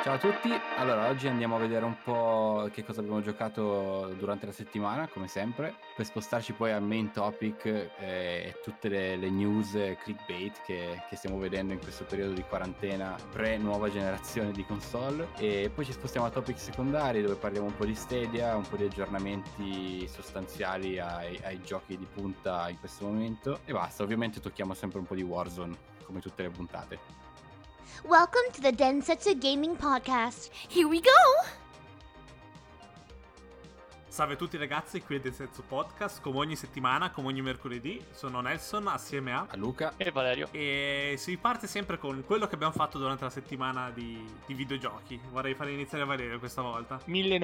Ciao a tutti, allora oggi andiamo a vedere un po' che cosa abbiamo giocato durante la settimana, come sempre, per spostarci poi al main topic e tutte le news clickbait che stiamo vedendo in questo periodo di quarantena pre-nuova generazione di console, e poi ci spostiamo a topic secondari dove parliamo un po' di Stadia, un po' di aggiornamenti sostanziali ai giochi di punta in questo momento e basta. Ovviamente tocchiamo sempre un po' di Warzone, come tutte le puntate. Welcome to the Densetsu Gaming Podcast. Here we go! Salve a tutti ragazzi, qui è Densetsu Podcast, come ogni settimana, come ogni mercoledì. Sono Nelson assieme a Luca e Valerio. E si parte sempre con quello che abbiamo fatto durante la settimana di videogiochi. Vorrei fare iniziare Valerio questa volta.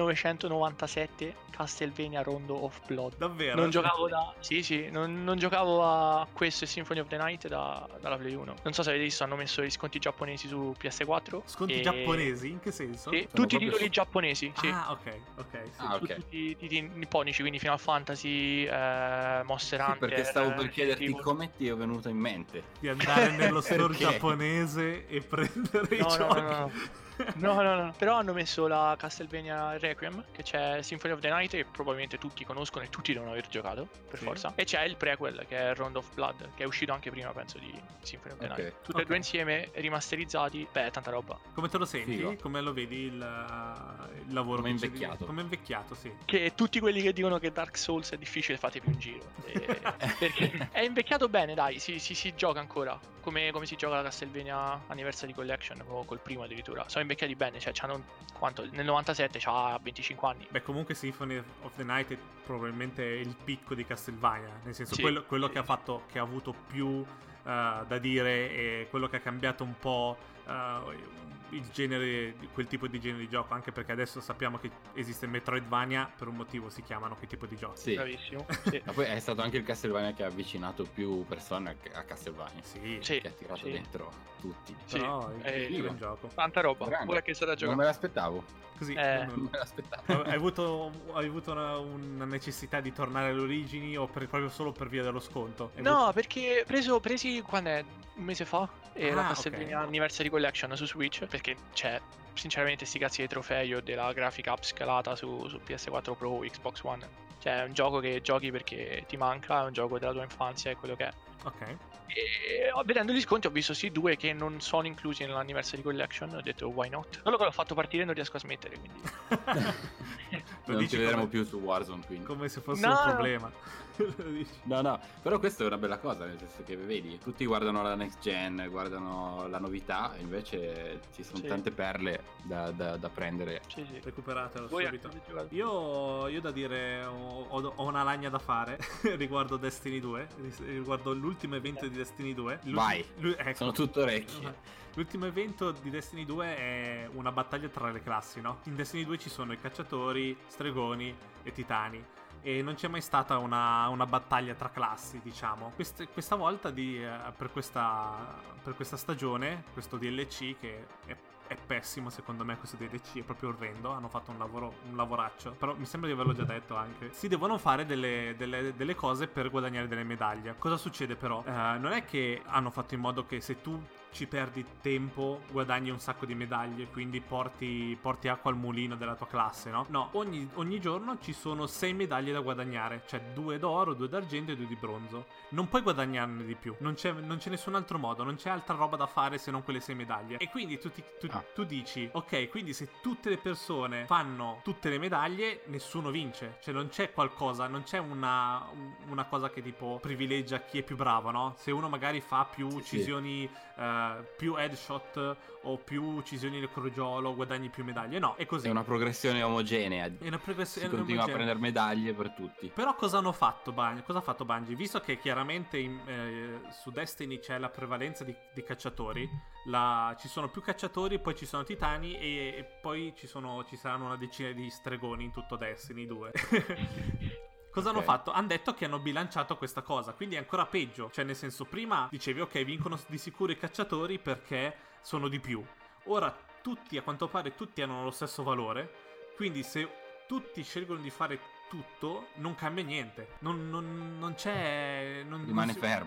1997 Castlevania Rondo of Blood. Davvero? Non giocavo da... Sì, non giocavo a questo e Symphony of the Night dalla Play 1. Non so se avete visto, hanno messo gli sconti giapponesi su PS4. Sconti giapponesi? In che senso? Sì, tutti i titoli giapponesi, sì. Ah, ok, sì. Ok. Tutti i nipponici, quindi Final Fantasy, Monster Hunter. Perché stavo per chiederti come ti è venuto in mente di andare nello store giapponese e prendere i giochi. No. Però hanno messo la Castlevania Requiem, che c'è Symphony of the Night, che probabilmente tutti conoscono e tutti devono aver giocato, per forza. E c'è il prequel, che è Round of Blood, che è uscito anche prima, penso, di Symphony of the Night. Tutti e due insieme, rimasterizzati. Beh, tanta roba. Come te lo senti? Figo. Come lo vedi il lavoro? Come invecchiato. Come invecchiato, sì. Che tutti quelli che dicono che Dark Souls è difficile, fatevi un giro. Perché è invecchiato bene, dai, si gioca ancora. Come si gioca la Castlevania Anniversary Collection, col primo addirittura. Sono invecchiati bene, cioè c'hanno quanto? Nel 97 c'ha 25 anni. Beh, comunque Symphony of the Night è probabilmente il picco di Castlevania, nel senso quello che ha fatto, che ha avuto più da dire, e quello che ha cambiato un po' il genere, quel tipo di genere di gioco, anche perché adesso sappiamo che esiste Metroidvania, per un motivo si chiamano quel tipo di giochi. Sì. Bravissimo. Sì. Ma poi è stato anche il Castlevania che ha avvicinato più persone a Castlevania. Sì. Che ha tirato dentro tutti. Però è un buon gioco. Tanta roba. Grande. Ora che è stata giocata. Non me l'aspettavo. Così Non me l'aspettavo. hai avuto una necessità di tornare alle origini, o proprio solo per via dello sconto? No, perché presi quando è? Un mese fa, la Castlevania Anniversary Collection su Switch, perché c'è sinceramente sti cazzi di trofei o della grafica upscalata su PS4 Pro o Xbox One. Cioè è un gioco che giochi perché ti manca, è un gioco della tua infanzia, è quello che è. Ok. E vedendo gli sconti ho visto sì due che non sono inclusi nell'Anniversary Collection, ho detto why not. Solo che l'ho fatto partire e non riesco a smettere, quindi Non ci vedremo più su Warzone, quindi. Come se fosse un problema. No, però questa è una bella cosa, nel senso che vedi, tutti guardano la next gen, guardano la novità, e invece ci sono tante perle da prendere. Sì. Recuperatelo subito. Io da dire, ho una lagna da fare riguardo Destiny 2, riguardo l'ultimo evento di Destiny 2. Vai, ecco. Sono tutto orecchie. L'ultimo evento di Destiny 2 è una battaglia tra le classi, no? In Destiny 2 ci sono i cacciatori, stregoni e titani, e non c'è mai stata una battaglia tra classi, diciamo. Questa volta per questa stagione, questo DLC, che è pessimo secondo me, questo DLC è proprio orrendo, hanno fatto un lavoraccio, però mi sembra di averlo già detto anche. Si devono fare delle cose per guadagnare delle medaglie. Cosa succede però? Non è che hanno fatto in modo che se tu ci perdi tempo guadagni un sacco di medaglie, quindi porti acqua al mulino della tua classe, no? No, ogni giorno ci sono 6 medaglie da guadagnare, cioè 2 d'oro, 2 d'argento e 2 di bronzo. Non puoi guadagnarne di più, non c'è nessun altro modo, non c'è altra roba da fare se non quelle 6 medaglie. E quindi tu dici, ok, quindi se tutte le persone fanno tutte le medaglie, nessuno vince, cioè non c'è qualcosa, non c'è una cosa che tipo privilegia chi è più bravo, no? Se uno magari fa più uccisioni, più headshot o più uccisioni nel crogiolo, guadagni più medaglie. No, è così. È una progressione omogenea. Si continua a prendere medaglie per tutti. Però cosa hanno fatto Bungie? Cosa ha fatto Bungie? Visto che chiaramente su Destiny c'è la prevalenza di cacciatori, ci sono più cacciatori, poi ci sono titani e poi ci saranno una decina di stregoni in tutto Destiny 2. Cosa hanno fatto? Hanno detto che hanno bilanciato questa cosa, quindi è ancora peggio. Cioè, nel senso, prima dicevi, ok, vincono di sicuro i cacciatori perché sono di più. Ora, a quanto pare, tutti hanno lo stesso valore. Quindi, se tutti scelgono di fare tutto, non cambia niente. Non c'è... Rimane fermo.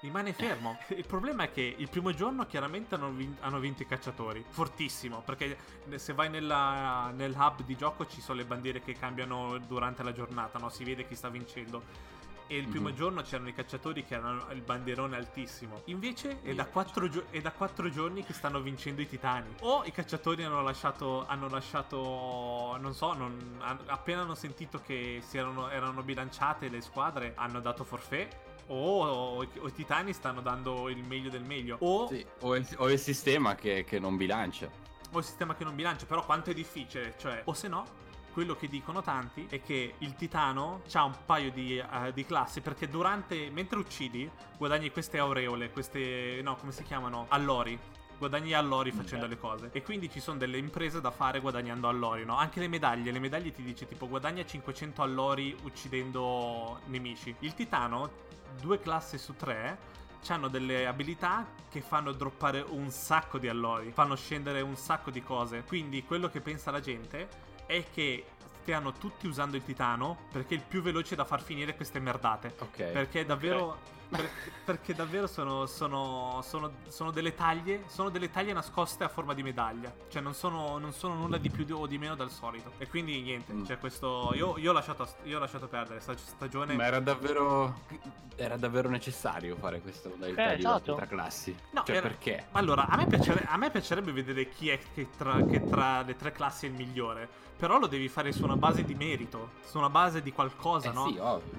Rimane fermo. Il problema è che il primo giorno chiaramente hanno vinto i cacciatori. Fortissimo, perché se vai nel hub di gioco ci sono le bandiere che cambiano durante la giornata, no? Si vede chi sta vincendo. E il primo giorno c'erano i cacciatori che erano il bandierone altissimo. Invece è da 4 giorni che stanno vincendo i titani. O i cacciatori hanno lasciato non so, appena hanno sentito che erano bilanciate le squadre, hanno dato forfait. O i titani stanno dando il meglio del meglio. O il sistema che non bilancia. O il sistema che non bilancia. Però quanto è difficile. Cioè, o se no, quello che dicono tanti è che il titano c'ha un paio di classi, perché mentre uccidi guadagni queste aureole, come si chiamano? Allori. Guadagni allori facendo le cose. E quindi ci sono delle imprese da fare guadagnando allori, no? Anche le medaglie ti dice tipo guadagna 500 allori uccidendo nemici. Il titano, 2 classi su 3, hanno delle abilità che fanno droppare un sacco di allori, fanno scendere un sacco di cose. Quindi quello che pensa la gente è che stiano tutti usando il titano perché è il più veloce da far finire queste merdate. Ok. Perché davvero perché davvero sono delle taglie nascoste a forma di medaglia. Cioè non sono nulla di più o di meno dal solito. E quindi niente, c'è questo. Io ho lasciato perdere questa stagione. Ma era davvero necessario fare questa modalità esatto. tra classi? No, perché? Allora, a me piacerebbe vedere chi è che tra le 3 classi è il migliore. Però lo devi fare su una base di merito, su una base di qualcosa, no? Sì, ovvio.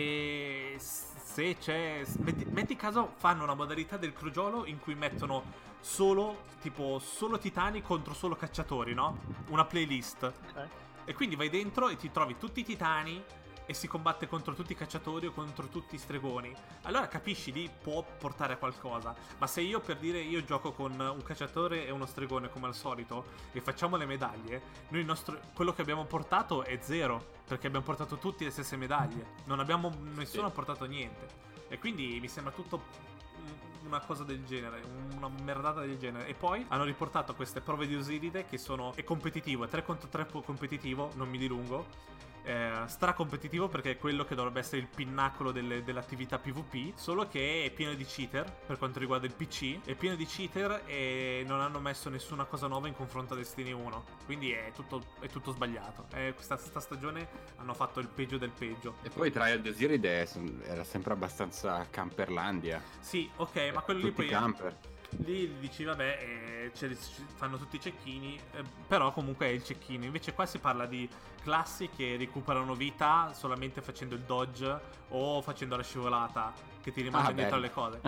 Se c'è. Metti caso fanno una modalità del crogiolo in cui mettono solo titani contro solo cacciatori, no? Una playlist. Ok. E quindi vai dentro e ti trovi tutti i titani e si combatte contro tutti i cacciatori o contro tutti i stregoni. Allora capisci, lì può portare a qualcosa. Ma se io, per dire, io gioco con un cacciatore e uno stregone come al solito e facciamo le medaglie, noi quello che abbiamo portato è 0, perché abbiamo portato tutti le stesse medaglie. Nessuno ha portato niente. E quindi mi sembra tutto una cosa del genere, una merdata del genere. E poi hanno riportato queste prove di Osiride che è competitivo, è 3 contro 3 competitivo, non mi dilungo. Stracompetitivo, perché è quello che dovrebbe essere il pinnacolo dell'attività PvP, solo che è pieno di cheater per quanto riguarda il PC, è pieno di cheater e non hanno messo nessuna cosa nuova in confronto a Destiny 1, quindi è tutto sbagliato. Questa stagione hanno fatto il peggio del peggio. E poi Trial di Osiride era sempre abbastanza camperlandia. Sì, ok, ma quello lì tutti poi camper. Lì dici vabbè, fanno tutti i cecchini, però comunque è il cecchino. Invece qua si parla di classi che recuperano vita solamente facendo il dodge o facendo la scivolata, che ti rimane dietro alle cose.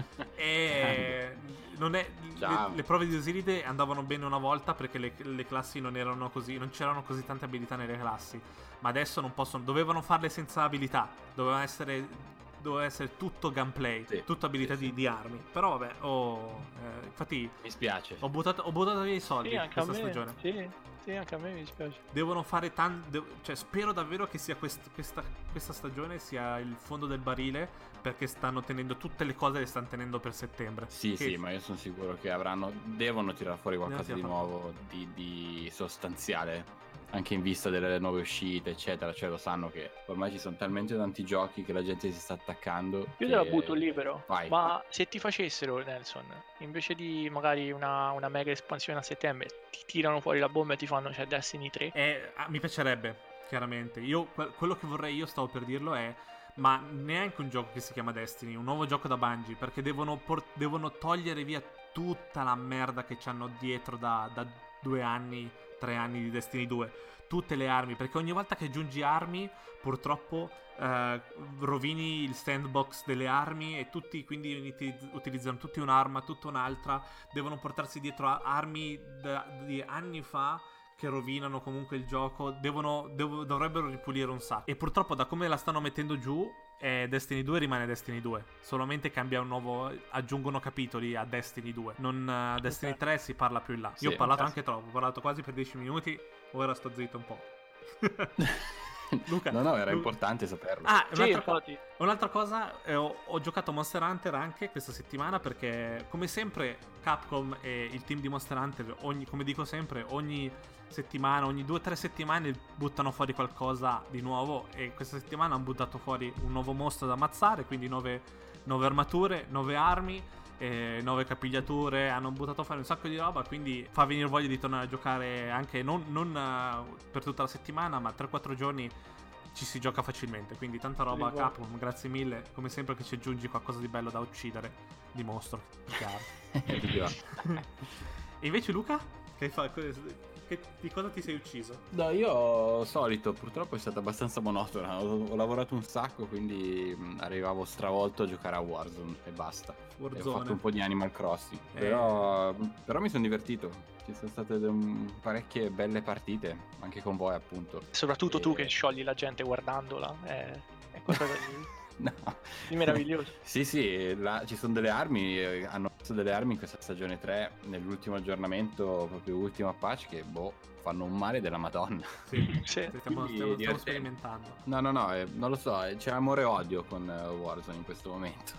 E non è le prove di Osiride andavano bene una volta perché le classi non erano così, non c'erano così tante abilità nelle classi. Ma adesso non possono, dovevano farle senza abilità, doveva essere tutto gameplay, sì, tutto abilità sì. di armi. Però vabbè, infatti mi spiace. Ho buttato via i soldi questa stagione. Sì, anche a me mi spiace. Devono fare cioè spero davvero che sia questa stagione sia il fondo del barile, perché stanno tenendo tutte le cose, le stanno tenendo per settembre. Sì, ma io sono sicuro che devono tirare fuori qualcosa di nuovo, di sostanziale, anche in vista delle nuove uscite eccetera. Cioè lo sanno che ormai ci sono talmente tanti giochi che la gente si sta attaccando. Io te la butto lì però. Vai. Ma se ti facessero, Nelson, invece di magari una mega espansione a settembre, ti tirano fuori la bomba e ti fanno Destiny 3? Mi piacerebbe, chiaramente. Io quello che vorrei, io stavo per dirlo, è ma neanche un gioco che si chiama Destiny, un nuovo gioco da Bungie, perché devono togliere via tutta la merda che ci hanno dietro da 2 anni, 3 anni di Destiny 2, tutte le armi, perché ogni volta che aggiungi armi purtroppo rovini il sandbox delle armi e tutti quindi utilizzano tutti un'arma, tutta un'altra, devono portarsi dietro armi di anni fa che rovinano comunque il gioco, dovrebbero ripulire un sacco. E purtroppo da come la stanno mettendo giù, Destiny 2 rimane Destiny 2, solamente cambia aggiungono capitoli a Destiny 2, non Destiny 3 si parla più in là. Io ho parlato anche troppo, ho parlato quasi per 10 minuti, ora sto zitto un po'. Luca, No, era importante saperlo. Ah, Sì, infatti. un'altra cosa, ho giocato Monster Hunter anche questa settimana perché, come sempre, Capcom e il team di Monster Hunter, come dico sempre, ogni settimana, ogni 2 o 3 settimane buttano fuori qualcosa di nuovo, e questa settimana hanno buttato fuori un nuovo mostro da ammazzare, quindi 9 armature, 9 armi, 9 capigliature, hanno buttato fuori un sacco di roba, quindi fa venire voglia di tornare a giocare anche non per tutta la settimana, ma 3-4 giorni ci si gioca facilmente, quindi tanta roba. Capcom, grazie mille, come sempre che ci aggiungi qualcosa di bello da uccidere, di mostro, chiaro. E invece Luca, di cosa ti sei ucciso? No, io solito, purtroppo è stata abbastanza monotona. Ho lavorato un sacco, quindi arrivavo stravolto a giocare a Warzone e basta. E ho fatto un po' di Animal Crossing. Però mi sono divertito. Ci sono state parecchie belle partite, anche con voi appunto. Soprattutto tu che sciogli la gente guardandola, è qualcosa No. di meraviglioso. Sì, ci sono delle armi, hanno messo delle armi in questa stagione 3, nell'ultimo aggiornamento, proprio ultimo patch, che fanno un male della Madonna. Sì. Sì. Stiamo sperimentando. No, non lo so, c'è amore e odio con Warzone in questo momento.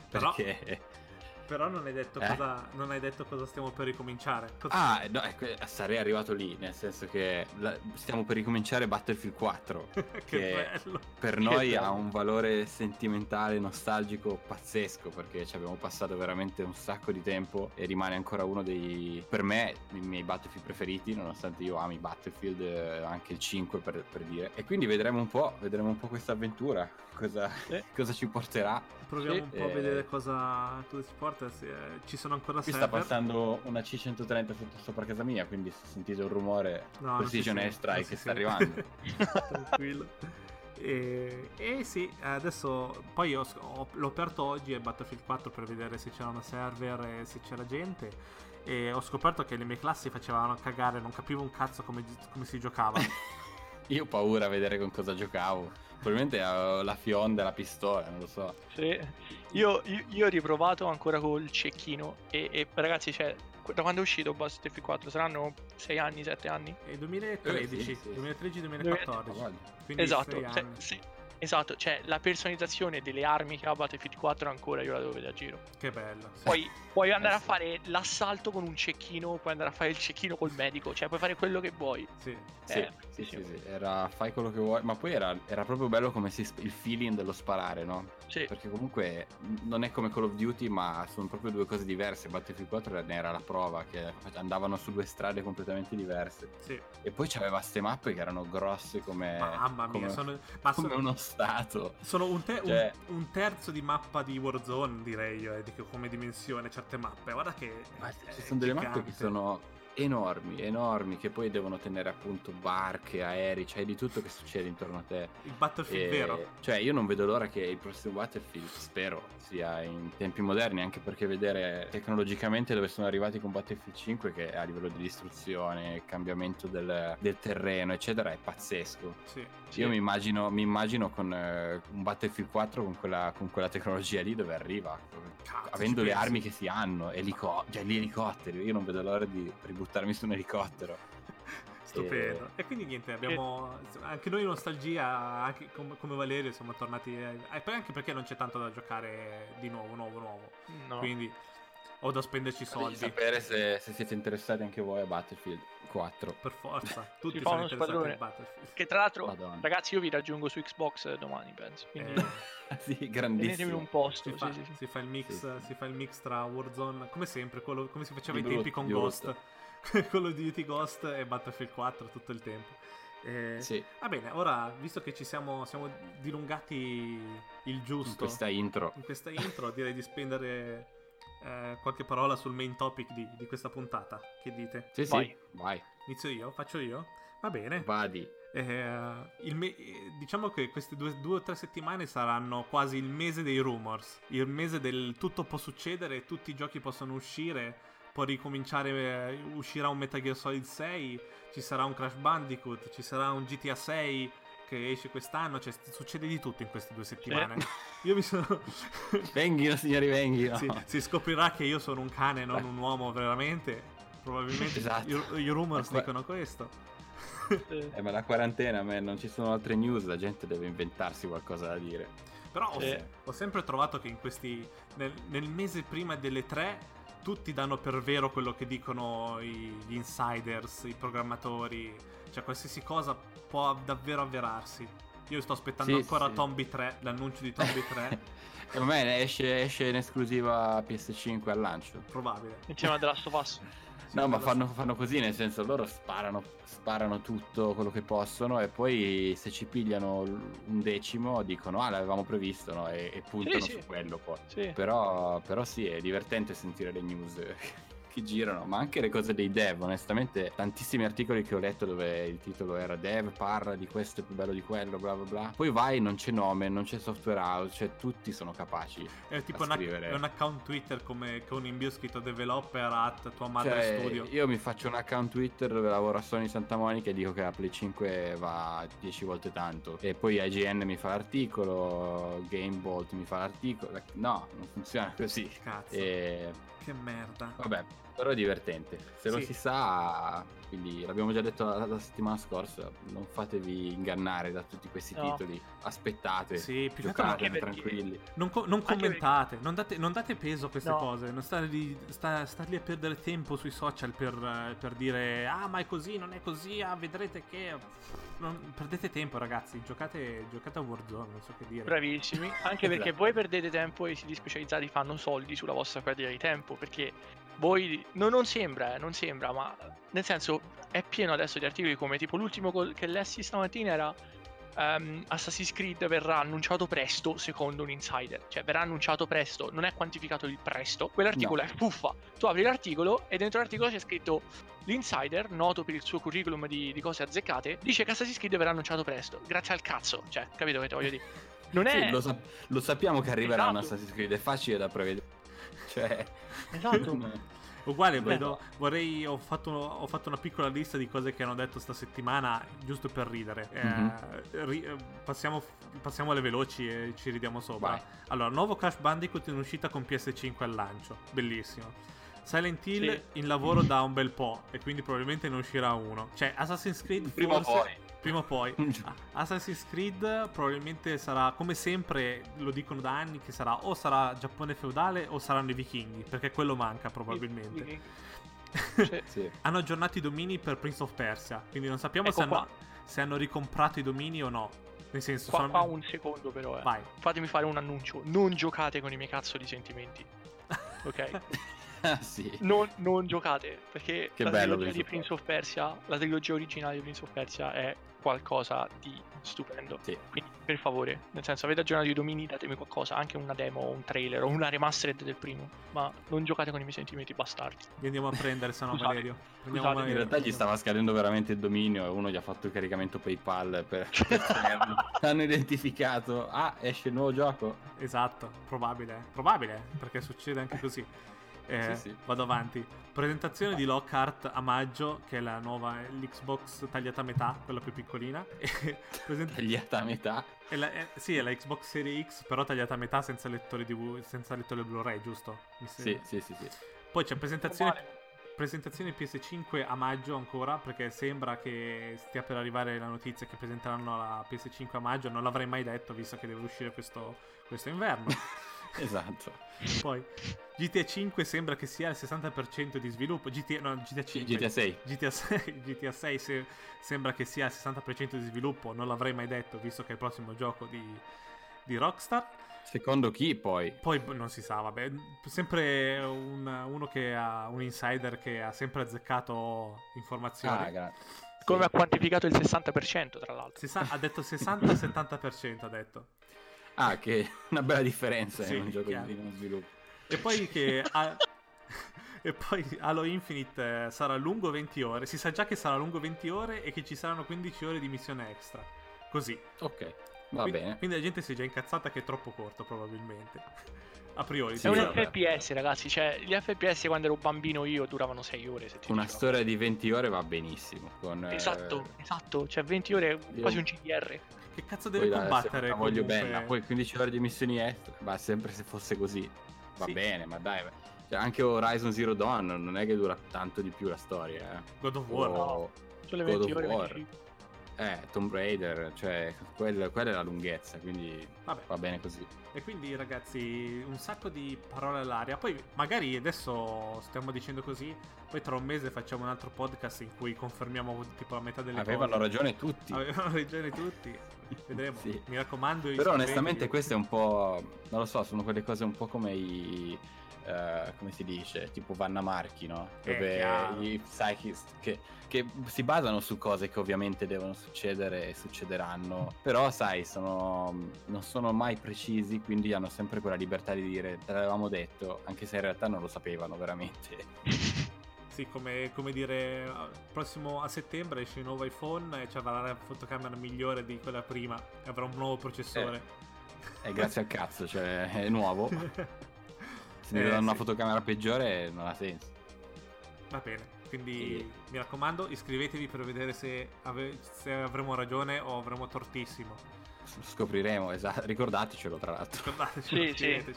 Però non hai detto cosa stiamo per ricominciare. No, sarei arrivato lì, nel senso che stiamo per ricominciare Battlefield 4 che bello. Per noi ha un valore sentimentale, nostalgico pazzesco, perché ci abbiamo passato veramente un sacco di tempo e rimane ancora uno per me, i miei Battlefield preferiti, nonostante io ami Battlefield, anche il 5 per dire. E quindi vedremo un po' questa avventura, cosa ci porterà. Proviamo un po' a vedere cosa ci porta. Ci sono ancora qui server. Sta passando una C130 sopra casa mia, quindi se sentite un rumore, Precision Airstrike che sta arrivando. Tranquillo. E sì, adesso poi l'ho aperto oggi il Battlefield 4 per vedere se c'erano server e se c'era gente, e ho scoperto che le mie classi facevano cagare, non capivo un cazzo come si giocava. Io ho paura a vedere con cosa giocavo. Probabilmente la fionda e la pistola, non lo so. Sì. Io ho riprovato ancora col cecchino e ragazzi, cioè, da quando è uscito Battlefield 4 saranno 6 anni, 7 anni? 2013, sì. 2013-2014. Quindi esatto, 6 anni. sì. Esatto, cioè la personalizzazione delle armi che ha Battlefield 4 ancora io la devo vedere a giro. Che bello. Sì. Poi puoi andare a fare l'assalto con un cecchino, puoi andare a fare il cecchino col medico, cioè puoi fare quello che vuoi. Sì. Fai quello che vuoi, ma poi era proprio bello come il feeling dello sparare, no? Sì. Perché comunque non è come Call of Duty, ma sono proprio due cose diverse. Battlefield 4 ne era la prova, che andavano su due strade completamente diverse. Sì. E poi c'aveva ste mappe che erano grosse come mamma mia, come sono uno stato. Sono un terzo di mappa di Warzone, direi io, come dimensione certe mappe. Guarda che ci sono delle mappe che sono enormi, che poi devono tenere appunto barche, aerei, c'è di tutto che succede intorno a te. Il Battlefield vero. Cioè io non vedo l'ora che il prossimo Battlefield, spero, sia in tempi moderni, anche perché vedere tecnologicamente dove sono arrivati con Battlefield 5, che a livello di distruzione, cambiamento del terreno, eccetera, è pazzesco. Sì. Io mi immagino con un Battlefield 4 con quella tecnologia lì dove arriva, avendo le armi che si hanno, gli elicotteri. Io non vedo l'ora di ributtarmi su un elicottero. Stupendo. E quindi niente, abbiamo anche noi nostalgia, anche come Valerio siamo tornati anche perché non c'è tanto da giocare di nuovo. No. Quindi ho da spenderci soldi. Sapere se siete interessati anche voi a Battlefield 4. Per forza, tutti sono interessati a Battlefield. Che tra l'altro, Madonna. Ragazzi, io vi raggiungo su Xbox domani, penso. Quindi sì, grandissimo. tenetemi un posto. Si fa il mix tra Warzone, come sempre, come si faceva Di ai tempi brutto, con di Ghost. Call of Duty Ghost e Battlefield 4 tutto il tempo. Sì. Va bene, ora, visto che siamo dilungati il giusto in questa intro, direi di spendere qualche parola sul main topic di questa puntata. Che dite? Sì, vai. Inizio io? Faccio io? Va bene. Vadi. Diciamo che queste 2 o 3 settimane saranno quasi il mese dei rumors, il mese del tutto può succedere, tutti i giochi possono uscire, può ricominciare, uscirà un Metal Gear Solid 6, ci sarà un Crash Bandicoot, ci sarà un GTA 6 che esce quest'anno, cioè succede di tutto in queste 2 settimane. Io mi sono venghino signori, venghino. Si scoprirà che io sono un cane, non un uomo veramente, probabilmente. Esatto. I rumors dicono questo. Ma la quarantena, non ci sono altre news, la gente deve inventarsi qualcosa da dire. Però ho sempre trovato che in questi nel mese prima delle 3 tutti danno per vero quello che dicono gli insiders, i programmatori, cioè qualsiasi cosa può davvero avverarsi. Io sto aspettando ancora Tomb 3, l'annuncio di Tomb 3. Per me esce in esclusiva PS5 al lancio. Probabile. Insieme a The Last of Us. No, ma fanno così, nel senso loro sparano tutto quello che possono e poi se ci pigliano un decimo dicono l'avevamo previsto, no? E puntano su quello poi. Sì. Però sì, è divertente sentire le news che girano, ma anche le cose dei dev. Onestamente tantissimi articoli che ho letto dove il titolo era dev parla di questo è più bello di quello, bla bla bla, poi vai, non c'è nome, non c'è software house, cioè tutti sono capaci. È tipo un account Twitter come con in bio scritto developer at tua madre cioè, studio. Io mi faccio un account Twitter dove lavoro a Sony Santa Monica e dico che la Play 5 va 10 volte tanto, e poi IGN mi fa l'articolo, Gamebolt mi fa l'articolo. No, non funziona così. Cazzo, che merda. Vabbè, però è divertente, se lo si sa, quindi l'abbiamo già detto la settimana scorsa, non fatevi ingannare da tutti questi titoli, aspettate, giocate tranquilli, non commentate, non date peso a queste cose, non state lì a perdere tempo sui social per dire ma è così, non è così, vedrete che non perdete tempo, ragazzi, giocate a Warzone, non so che dire. Bravissimi, anche perché voi perdete tempo e i siti specializzati fanno soldi sulla vostra perdita di tempo, perché voi non sembra, ma nel senso è pieno adesso di articoli come tipo l'ultimo che lessi stamattina era Assassin's Creed verrà annunciato presto secondo un insider, cioè verrà annunciato presto, non è quantificato il presto, quell'articolo è fuffa, tu apri l'articolo e dentro l'articolo c'è scritto l'insider, noto per il suo curriculum di cose azzeccate, dice che Assassin's Creed verrà annunciato presto, grazie al cazzo, cioè capito che ti voglio dire, non è... Sì, lo sappiamo che arriverà un Assassin's Creed, è facile da prevedere, cioè... Esatto. Uguale, ho fatto una piccola lista di cose che hanno detto sta settimana, giusto per ridere. Passiamo alle veloci e ci ridiamo sopra. Vai. Allora, nuovo Crash Bandicoot in uscita con PS5 al lancio, bellissimo. Silent Hill in lavoro da un bel po' e quindi probabilmente ne uscirà uno. Cioè, Assassin's Creed prima o poi. Assassin's Creed probabilmente sarà, come sempre lo dicono da anni, che sarà Giappone feudale o saranno i vichinghi, perché quello manca probabilmente. Sì. Hanno aggiornato i domini per Prince of Persia, quindi non sappiamo se hanno ricomprato i domini o no. Nel senso, qua un secondo però. Vai. Fatemi fare un annuncio. Non giocate con i miei cazzo di sentimenti. Ok? Sì. Non giocate, perché che la bello trilogia di Prince of Persia, la trilogia originale di Prince of Persia è qualcosa di stupendo. Sì. Quindi per favore, nel senso, avete aggiornato i domini, datemi qualcosa, anche una demo, un trailer o una remastered del primo, ma non giocate con i miei sentimenti bastardi. Li andiamo a prendere, se no Valerio. In realtà gli stava scadendo veramente il dominio e uno gli ha fatto il caricamento PayPal per tenerlo. Hanno identificato, esce il nuovo gioco. Esatto, probabile, perché succede anche così. Sì. Vado avanti. Presentazione di Lockhart a maggio, che è la nuova, l'Xbox tagliata a metà, quella più piccolina. Tagliata a metà? È la Xbox Series X, però tagliata a metà senza lettore Blu-ray, giusto? Sì. Poi c'è presentazione PS5 a maggio ancora, perché sembra che stia per arrivare la notizia che presenteranno la PS5 a maggio. Non l'avrei mai detto, visto che deve uscire questo inverno. Esatto. Poi GTA 5 sembra che sia al 60% di sviluppo. GTA 6 sembra che sia al 60% di sviluppo. Non l'avrei mai detto, visto che è il prossimo gioco di Rockstar. Secondo chi poi? Poi non si sa, vabbè. Sempre uno che ha un insider che ha sempre azzeccato informazioni. Come ha quantificato il 60%, tra l'altro. Ha detto 60-70%, ha detto. Che è una bella differenza in un gioco chiaro. di non sviluppo. E poi e poi Halo Infinite sarà lungo 20 ore. Si sa già che sarà lungo 20 ore e che ci saranno 15 ore di missione extra. Così. Ok, va bene. Quindi la gente si è già incazzata che è troppo corto, probabilmente. A priori. È un FPS, ragazzi. Cioè, gli FPS quando ero bambino io duravano 6 ore. Una storia di 20 ore va benissimo. Esatto. Cioè 20 ore, quasi un CDR. Che cazzo deve combattere? Voglio bella. Poi 15 ore di missioni extra. Ma sempre se fosse così. Va bene, ma dai. Cioè, anche Horizon Zero Dawn non è che dura tanto di più la storia. God of War. No. Sulle God 20 of ore, War. 25. Tomb Raider, cioè quella è la lunghezza, quindi Vabbè. va bene così. E quindi ragazzi, un sacco di parole all'aria. Poi magari adesso stiamo dicendo così, poi tra un mese facciamo un altro podcast in cui confermiamo tipo la metà delle Avevano cose. ragione tutti. Avevano ragione tutti. Vedremo. Sì. Mi raccomando. Però iscrivetevi. onestamente questo è un po', non lo so, sono quelle cose un po' come i come si dice, tipo Vanna Marchi, no? Dove chiaro. i psychics che si basano su cose che ovviamente devono succedere e succederanno, però sai, non sono mai precisi, quindi hanno sempre quella libertà di dire te l'avevamo detto, anche se in realtà non lo sapevano veramente. Sì, come dire, prossimo a settembre esce il nuovo iPhone e ci avrà la fotocamera migliore di quella prima e avrà un nuovo processore. E grazie al cazzo, cioè è nuovo. Se mi danno una sì. fotocamera peggiore non ha senso. Va bene, quindi Sì. mi raccomando, iscrivetevi per vedere se avremo ragione o avremo tortissimo. Scopriremo, esatto, ricordatecelo tra l'altro. Ricordatecelo, Sì, sì. scriveteci.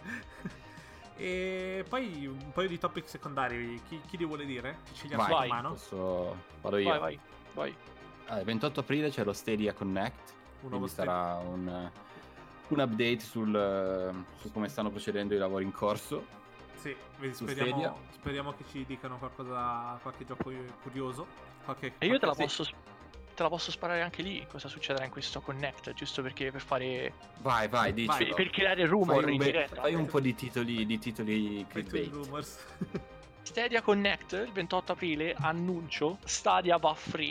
E poi un paio di topic secondari, chi li vuole dire? Chi ce li ha Vai, sotto mano? vado io. Vai. Il 28 aprile c'è lo Stadia Connect, Un nuovo quindi sarà un update su come stanno procedendo i lavori in corso. Sì, su Stadia. speriamo che ci dicano qualche gioco curioso. E io te la sì. posso sparare anche lì cosa succederà in questo Connect, giusto perché per fare Vai, dicelo. per creare rumor in diretta. Fai un po' di titoli Fai tu i clickbait. rumors. Stadia Connect il 28 aprile annuncio Stadia va free.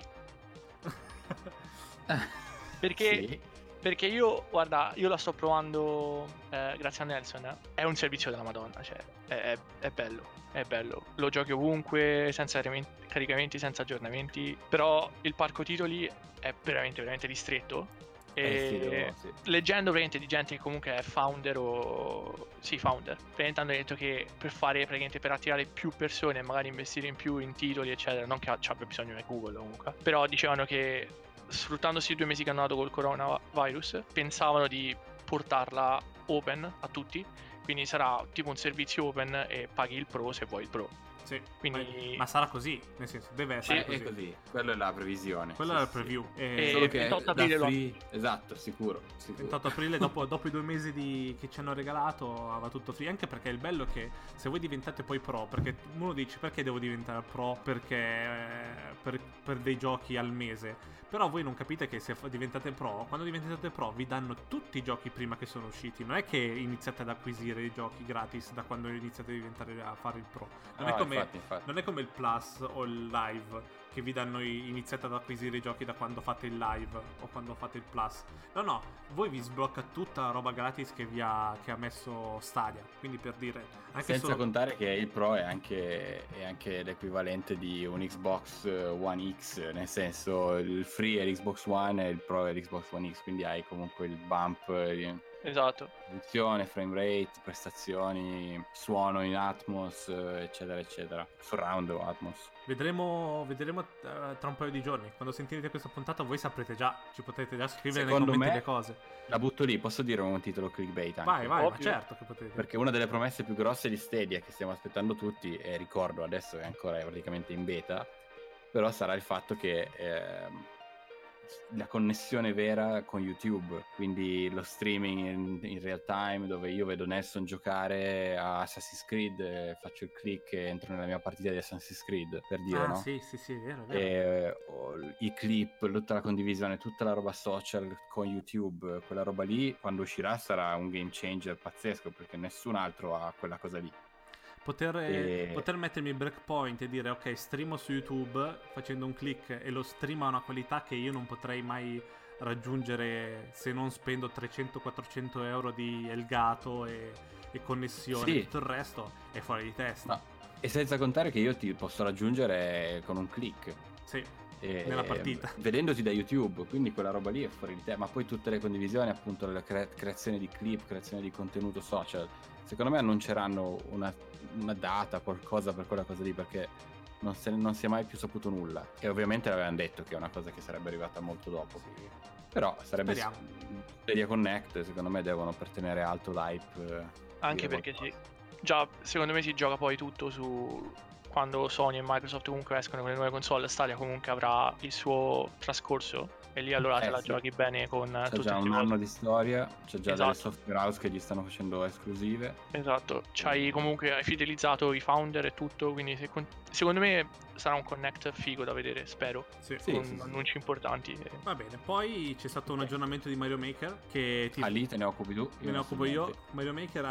Perché Sì. Perché io la sto provando grazie a Nelson. È un servizio della Madonna, cioè è bello. Lo giochi ovunque, senza caricamenti, senza aggiornamenti. Però il parco titoli è veramente, veramente ristretto. E Sì. leggendo veramente di gente che comunque è founder praticamente hanno detto che per attirare più persone e magari investire in più in titoli eccetera, non che ci abbia bisogno di Google comunque, però dicevano che sfruttandosi i 2 mesi che hanno dato col coronavirus pensavano di portarla open a tutti, quindi sarà tipo un servizio open e paghi il pro se vuoi il pro. Sì, Quindi- ma sarà così, nel senso, deve essere È così, quella è la previsione. Quella Sì, è la sì. preview. E- Solo che 28 da aprile lo- free, esatto, sicuro. 28 aprile, dopo i 2 mesi che ci hanno regalato, va tutto free. Anche perché il bello è che se voi diventate poi pro, perché uno dice perché devo diventare pro? Perché per dei giochi al mese. Però voi non capite che se diventate pro, quando diventate pro vi danno tutti i giochi prima che sono usciti. Non è che iniziate ad acquisire i giochi gratis da quando iniziate a fare il pro. Non è come Infatti. Non è come il Plus o il Live che vi danno iniziate ad acquisire i giochi da quando fate il Live o quando fate il Plus. No, voi vi sblocca tutta la roba gratis che ha messo Stadia. Quindi per dire anche Senza contare che il Pro è anche l'equivalente di un Xbox One X, nel senso il free è l'Xbox One e il Pro è l'Xbox One X, quindi hai comunque il bump di Esatto. funzione, frame rate, prestazioni, suono in Atmos, eccetera. Surround o Atmos. Vedremo tra un paio di giorni. Quando sentirete questa puntata voi saprete già, ci potrete già scrivere Secondo nei commenti me- le cose. La butto lì, posso dire un titolo clickbait anche? Vai, ma Ovvio. certo che potete. Perché una delle promesse più grosse di Stadia che stiamo aspettando tutti, e ricordo adesso è ancora praticamente in beta, però sarà il fatto che la connessione vera con YouTube, quindi lo streaming in real time dove io vedo Nelson giocare a Assassin's Creed, faccio il click e entro nella mia partita di Assassin's Creed, per dire, no? Sì, è vero. I clip, tutta la condivisione, tutta la roba social con YouTube, quella roba lì quando uscirà sarà un game changer pazzesco perché nessun altro ha quella cosa lì. Poter mettermi il breakpoint e dire ok, streamo su YouTube facendo un click e lo stream a una qualità che io non potrei mai raggiungere se non spendo 300-400 euro di Elgato e connessione. Sì. Tutto il resto è fuori di testa. No. E senza contare che io ti posso raggiungere con un click. Sì, nella partita. Vedendoti da YouTube, quindi quella roba lì è fuori di te, ma poi tutte le condivisioni, appunto la creazione di clip, creazione di contenuto social, secondo me annunceranno una data, qualcosa per quella cosa lì, perché non si è mai più saputo nulla, e ovviamente l'avevano detto che è una cosa che sarebbe arrivata molto dopo, però sarebbe Speriamo. Stadia Connect, secondo me devono, per tenere alto l'hype, Anche dire perché qualcosa. già secondo me si gioca poi tutto su quando Sony e Microsoft comunque escono con le nuove console, Stadia comunque avrà il suo trascorso e lì allora te la sì. giochi bene con C'è tutte già le un anno cose. di storia, c'è già Esatto. delle software house che gli stanno facendo esclusive. Esatto, hai fidelizzato i founder e tutto, quindi secondo me sarà un Connect figo da vedere, spero, Sì. con annunci importanti. Va bene, poi c'è stato un aggiornamento di Mario Maker che Lì te ne occupi tu? me ne non occupo so io. niente. Mario Maker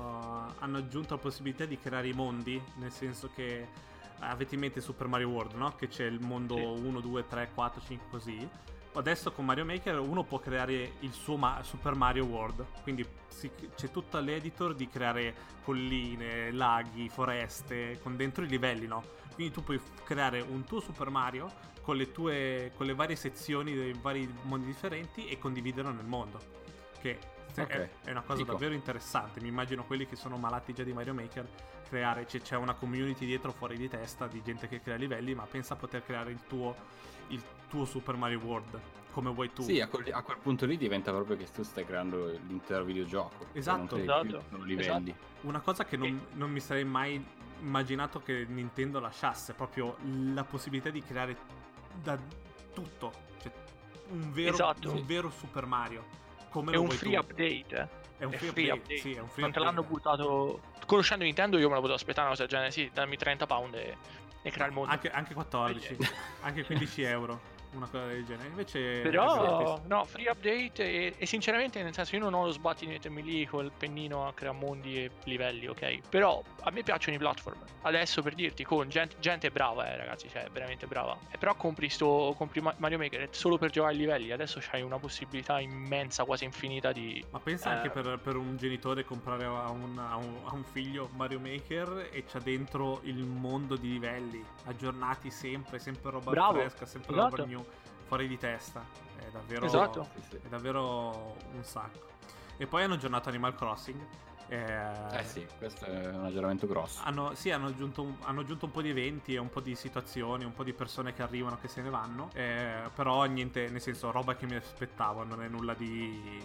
hanno aggiunto la possibilità di creare i mondi, nel senso che avete in mente Super Mario World, no? Che c'è il mondo 1, 2, 3, 4, 5 così. Adesso con Mario Maker uno può creare il suo Super Mario World, quindi c'è tutto l'editor di creare colline, laghi, foreste, con dentro i livelli, no? Quindi tu puoi creare un tuo Super Mario con le varie sezioni dei vari mondi differenti e condividerlo nel mondo, che è una cosa davvero interessante. Mi immagino quelli che sono malati già di Mario Maker creare, c'è una community dietro fuori di testa di gente che crea livelli, ma pensa a poter creare il tuo Super Mario World come vuoi tu. Sì, a quel punto lì diventa proprio che tu stai creando l'intero videogioco. Esatto, Sono livelli. Una cosa che non mi sarei mai immaginato che Nintendo lasciasse, proprio la possibilità di creare da tutto, cioè un vero Super Mario. Come è un free update, È un free update. Sì, è un free non te l'hanno buttato. Conoscendo Nintendo io me lo potevo aspettare una cosa del genere, sì, dammi 30 pound e crea il mondo. Anche 14, anche 15 euro, una cosa del genere. Invece però no, free update e sinceramente, nel senso, io non ho lo sbatti di mettermi lì col pennino a creare mondi e livelli, ok? Però a me piacciono i platform. Adesso, per dirti, con gente brava, ragazzi, cioè veramente brava. E però compri Mario Maker solo per giocare ai livelli. Adesso c'hai una possibilità immensa, quasi infinita di... Ma pensa anche per un genitore comprare a un figlio Mario Maker e c'ha dentro il mondo di livelli aggiornati sempre roba fresca, sempre roba new, fuori di testa. È davvero, è davvero un sacco. E poi hanno aggiornato Animal Crossing. Sì, questo è un aggiornamento grosso. Hanno aggiunto un po' di eventi e un po' di situazioni, un po' di persone che arrivano, che se ne vanno. Però niente, nel senso, roba che mi aspettavo. Non è nulla di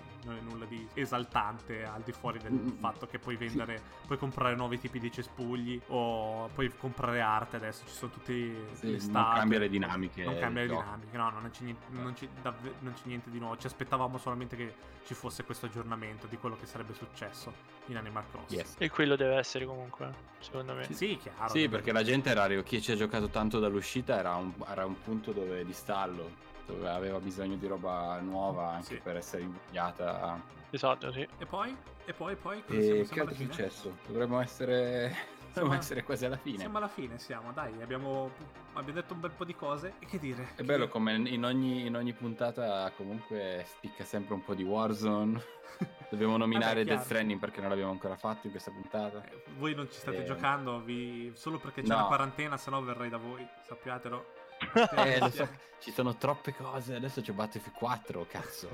esaltante, al di fuori del fatto che puoi vendere, puoi comprare nuovi tipi di cespugli o puoi comprare arte. Adesso ci sono tutti le statue. Non cambia le dinamiche. No, non c'è niente di nuovo. Ci aspettavamo solamente che ci fosse questo aggiornamento di quello che sarebbe successo in Animal Crossing. Yes. E quello deve essere comunque, secondo me. Sì, chiaro. Sì, perché la gente chi ci ha giocato tanto dall'uscita era un punto di stallo, dove aveva bisogno di roba nuova anche per essere invogliata. Esatto, sì. E poi Che altro è successo? Dovremmo essere quasi alla fine. Siamo alla fine, dai, abbiamo detto un bel po' di cose. E che dire? È bello come in ogni puntata comunque spicca sempre un po' di Warzone. Dobbiamo nominare Death Stranding perché non l'abbiamo ancora fatto in questa puntata. Voi non ci state giocando solo perché c'è una quarantena, se no verrei da voi, sappiatelo. Lo so, ci sono troppe cose. Adesso c'è Battlefield 4, cazzo.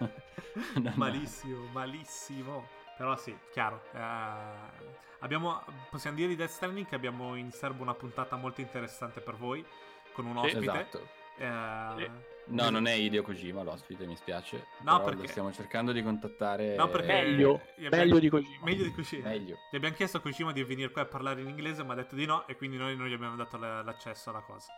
Malissimo. Però sì, chiaro. Possiamo dire di Death Stranding che abbiamo in serbo una puntata molto interessante per voi, con un ospite. Esatto. No, non è Hideo Kojima l'ospite, mi spiace. No, però perché lo stiamo cercando di contattare. No, perché meglio di Kojima. Meglio di Kojima. Meglio. Gli abbiamo chiesto a Kojima di venire qua a parlare in inglese, ma ha detto di no, e quindi noi non gli abbiamo dato l'accesso alla cosa.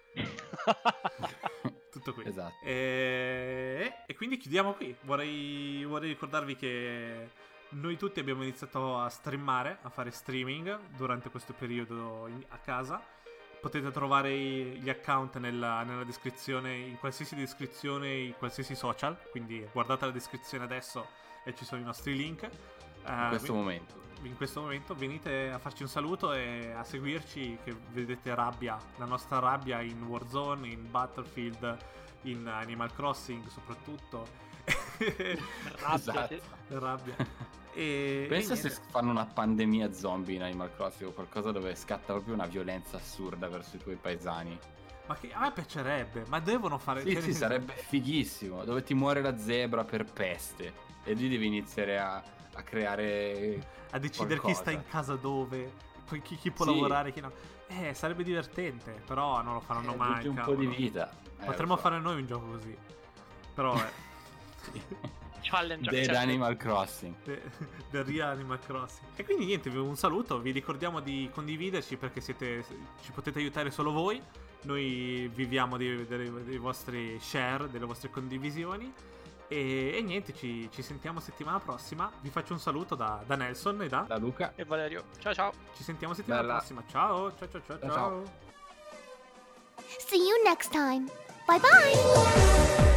Tutto qui. Esatto. E quindi chiudiamo qui. Vorrei ricordarvi che noi tutti abbiamo iniziato a streamare, a fare streaming durante questo periodo a casa. Potete trovare gli account nella descrizione, in qualsiasi descrizione, in qualsiasi social. Quindi guardate la descrizione adesso e ci sono i nostri link. In questo momento venite a farci un saluto e a seguirci, che vedete la nostra rabbia in Warzone, in Battlefield, in Animal Crossing soprattutto. Rabbia. Pensa se fanno una pandemia zombie in Animal Crossing o qualcosa dove scatta proprio una violenza assurda verso i tuoi paesani. Ma che a me piacerebbe, ma devono fare... Sì, sarebbe fighissimo, dove ti muore la zebra per peste e lì devi iniziare a creare... A decidere chi sta in casa dove, chi può lavorare, chi no. Sarebbe divertente, però non lo faranno mai. Un po' di vita. Potremmo fare noi un gioco così. Però Ci Fallen Dead Animal Crossing. The Real Animal Crossing. E quindi niente, un saluto, vi ricordiamo di condividerci perché ci potete aiutare solo voi. Noi viviamo dei vostri share, delle vostre condivisioni. E niente, ci sentiamo settimana prossima. Vi faccio un saluto da Nelson e da Luca e Valerio. Ciao. Ci sentiamo settimana prossima. Ciao. See you next time. Bye bye.